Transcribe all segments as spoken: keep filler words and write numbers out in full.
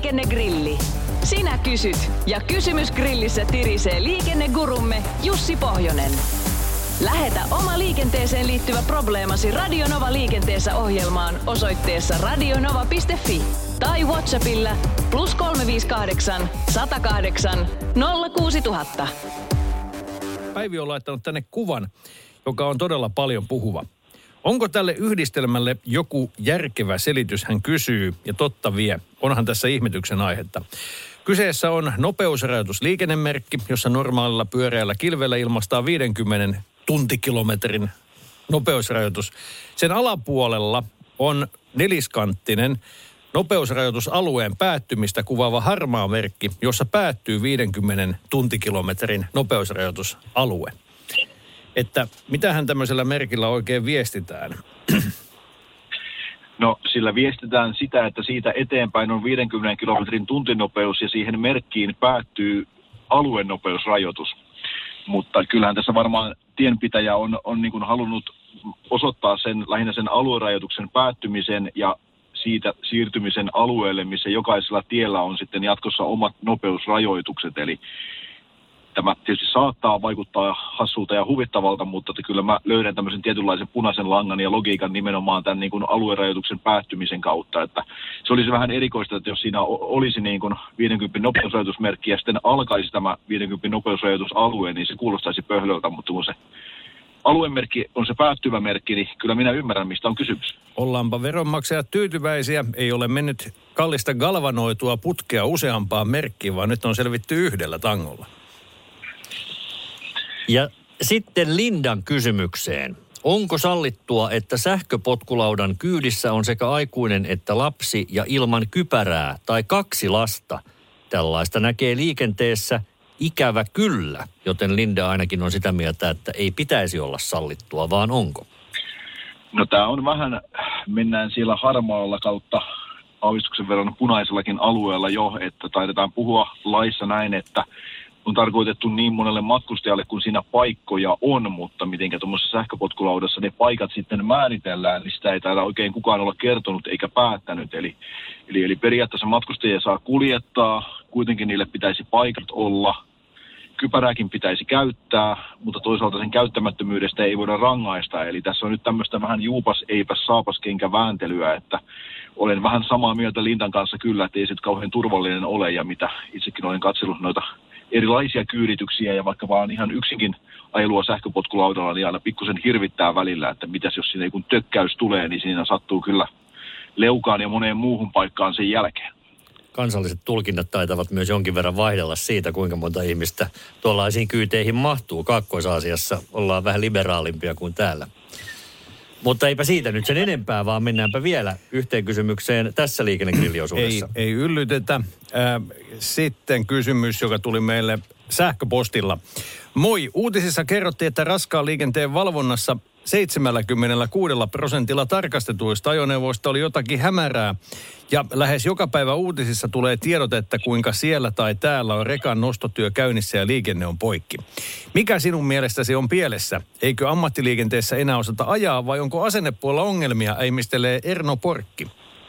Liikennegrilli. Sinä kysyt ja kysymys grillissä tirisee liikennegurumme Jussi Pohjonen. Lähetä oma liikenteeseen liittyvä probleemasi Radionova liikenteessä ohjelmaan osoitteessa radionova piste fi tai WhatsAppilla plus kolme viisi kahdeksan, sata kahdeksan, nolla kuusi nolla nolla nolla. Päivi on laittanut tänne kuvan, joka on todella paljon puhuva. Onko tälle yhdistelmälle joku järkevä selitys, hän kysyy, ja totta vie. Onhan tässä ihmetyksen aihetta. Kyseessä on nopeusrajoitusliikennemerkki, jossa normaalilla pyöreällä kilvellä ilmastaa viidenkymmenen tuntikilometrin nopeusrajoitus. Sen alapuolella on neliskanttinen nopeusrajoitusalueen päättymistä kuvaava harmaa merkki, jossa päättyy viidenkymmenen tuntikilometrin nopeusrajoitusalue. Että mitähän tämmöisellä merkillä oikein viestitään? No sillä viestitään sitä, että siitä eteenpäin on viidenkymmenen kilometrin tuntinopeus ja siihen merkkiin päättyy aluenopeusrajoitus. Mutta kyllähän tässä varmaan tienpitäjä on, on niin kuin halunnut osoittaa sen, lähinnä sen aluerajoituksen päättymisen ja siitä siirtymisen alueelle, missä jokaisella tiellä on sitten jatkossa omat nopeusrajoitukset. Eli tämä tietysti saattaa vaikuttaa hassulta ja huvittavalta, mutta että kyllä mä löydän tämmöisen tietynlaisen punaisen langan ja logiikan nimenomaan tämän niin kuin aluerajoituksen päättymisen kautta. Että se olisi vähän erikoista, että jos siinä olisi niin kuin viidenkymmenen nopeusrajoitusmerkki ja sitten alkaisi tämä viidenkymmenen nopeusrajoitusalue, niin se kuulostaisi pöhlöltä, mutta kun se aluemerkki on se päättyvä merkki, niin kyllä minä ymmärrän, mistä on kysymys. Ollaanpa veronmaksajat tyytyväisiä. Ei ole mennyt kallista galvanoitua putkea useampaan merkkiin, vaan nyt on selvitty yhdellä tangolla. Ja sitten Lindan kysymykseen. Onko sallittua, että sähköpotkulaudan kyydissä on sekä aikuinen että lapsi ja ilman kypärää tai kaksi lasta? Tällaista näkee liikenteessä ikävä kyllä, joten Linda ainakin on sitä mieltä, että ei pitäisi olla sallittua, vaan onko? No tämä on vähän, mennään siellä harmaalla kautta aavistuksen verran punaisellakin alueella jo, että taidetaan puhua laissa näin, että on tarkoitettu niin monelle matkustajalle, kun siinä paikkoja on, mutta mitenkä tuommoisessa sähköpotkulaudassa ne paikat sitten määritellään, niin sitä ei täällä oikein kukaan olla kertonut eikä päättänyt. Eli, eli, eli periaatteessa matkustajia saa kuljettaa, kuitenkin niille pitäisi paikat olla, kypärääkin pitäisi käyttää, mutta toisaalta sen käyttämättömyydestä ei voida rangaista. Eli tässä on nyt tämmöistä vähän juupas, eipäs, saapas, kenkä vääntelyä, että olen vähän samaa mieltä Lindan kanssa kyllä, että ei se nyt kauhean turvallinen ole, ja mitä itsekin olen katsellut noita erilaisia kyydityksiä ja vaikka vaan ihan yksinkin ajelua sähköpotkulaudalla, niin aina pikkusen hirvittää välillä, että mitäs jos siinä kun tökkäys tulee, niin siinä sattuu kyllä leukaan ja moneen muuhun paikkaan sen jälkeen. Kansalliset tulkinnat taitavat myös jonkin verran vaihdella siitä, kuinka monta ihmistä tuollaisiin kyyteihin mahtuu. Kaakkois-Aasiassa ollaan vähän liberaalimpia kuin täällä. Mutta eipä siitä nyt sen enempää, vaan mennäänpä vielä yhteen kysymykseen tässä liikennegrilliosuudessa. Ei, ei yllytetä. Äh, sitten kysymys, joka tuli meille sähköpostilla. Moi, uutisissa kerrottiin, että raskaan liikenteen valvonnassa seitsemänkymmentäkuusi prosentilla tarkastetuista ajoneuvoista oli jotakin hämärää. Ja lähes joka päivä uutisissa tulee tiedot, että kuinka siellä tai täällä on rekan nostotyö käynnissä ja liikenne on poikki. Mikä sinun mielestäsi on pielessä? Eikö ammattiliikenteessä enää osata ajaa vai onko asennepuolella ongelmia, äimistelee Erno Porkki?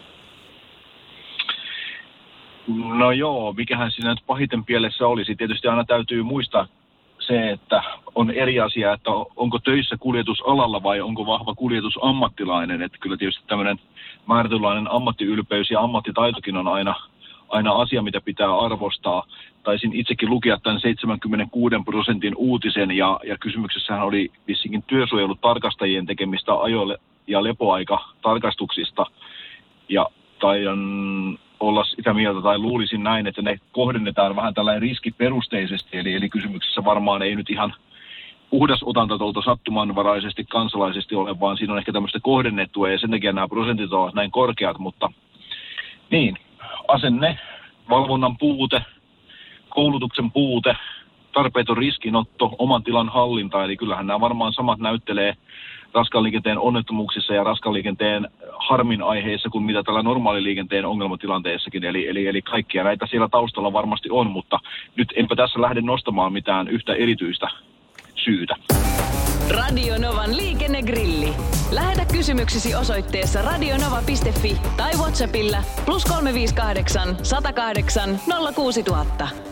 No joo, mikähän siinä nyt pahiten pielessä olisi. Tietysti aina täytyy muistaa se, että on eri asia, että onko töissä kuljetusalalla vai onko vahva kuljetusammattilainen. Että kyllä tietysti tämmöinen määrätynlainen ammattiylpeys ja ammattitaitokin on aina, aina asia, mitä pitää arvostaa. Taisin itsekin lukea tämän seitsemänkymmentäkuusi prosentin uutisen ja, ja kysymyksessähän oli vissinkin työsuojelutarkastajien tekemistä ajo- ja lepoaikatarkastuksista. Ja taidan olla sitä mieltä tai luulisin näin, että ne kohdennetaan vähän tällainen riskiperusteisesti. Eli, eli kysymyksessä varmaan ei nyt ihan puhdas otanta tuolta sattumanvaraisesti kansalaisesti ole, vaan siinä on ehkä tämmöistä kohdennettua ja sen takia nämä prosentit ovat näin korkeat, mutta niin, asenne, valvonnan puute, koulutuksen puute, tarpeeton riskinotto, oman tilan hallinta, eli kyllähän nämä varmaan samat näyttelee raskaan liikenteen onnettomuuksissa ja raskaan liikenteen harmin aiheissa kuin mitä tällä normaaliliikenteen ongelmatilanteessakin. Eli, eli, eli kaikkia näitä siellä taustalla varmasti on, mutta nyt enpä tässä lähde nostamaan mitään yhtä erityistä syytä. Radio Novan liikennegrilli. Lähetä kysymyksesi osoitteessa radionova piste fi tai WhatsAppilla plus kolme viisi kahdeksan, sata kahdeksan, nolla kuusi tuhatta.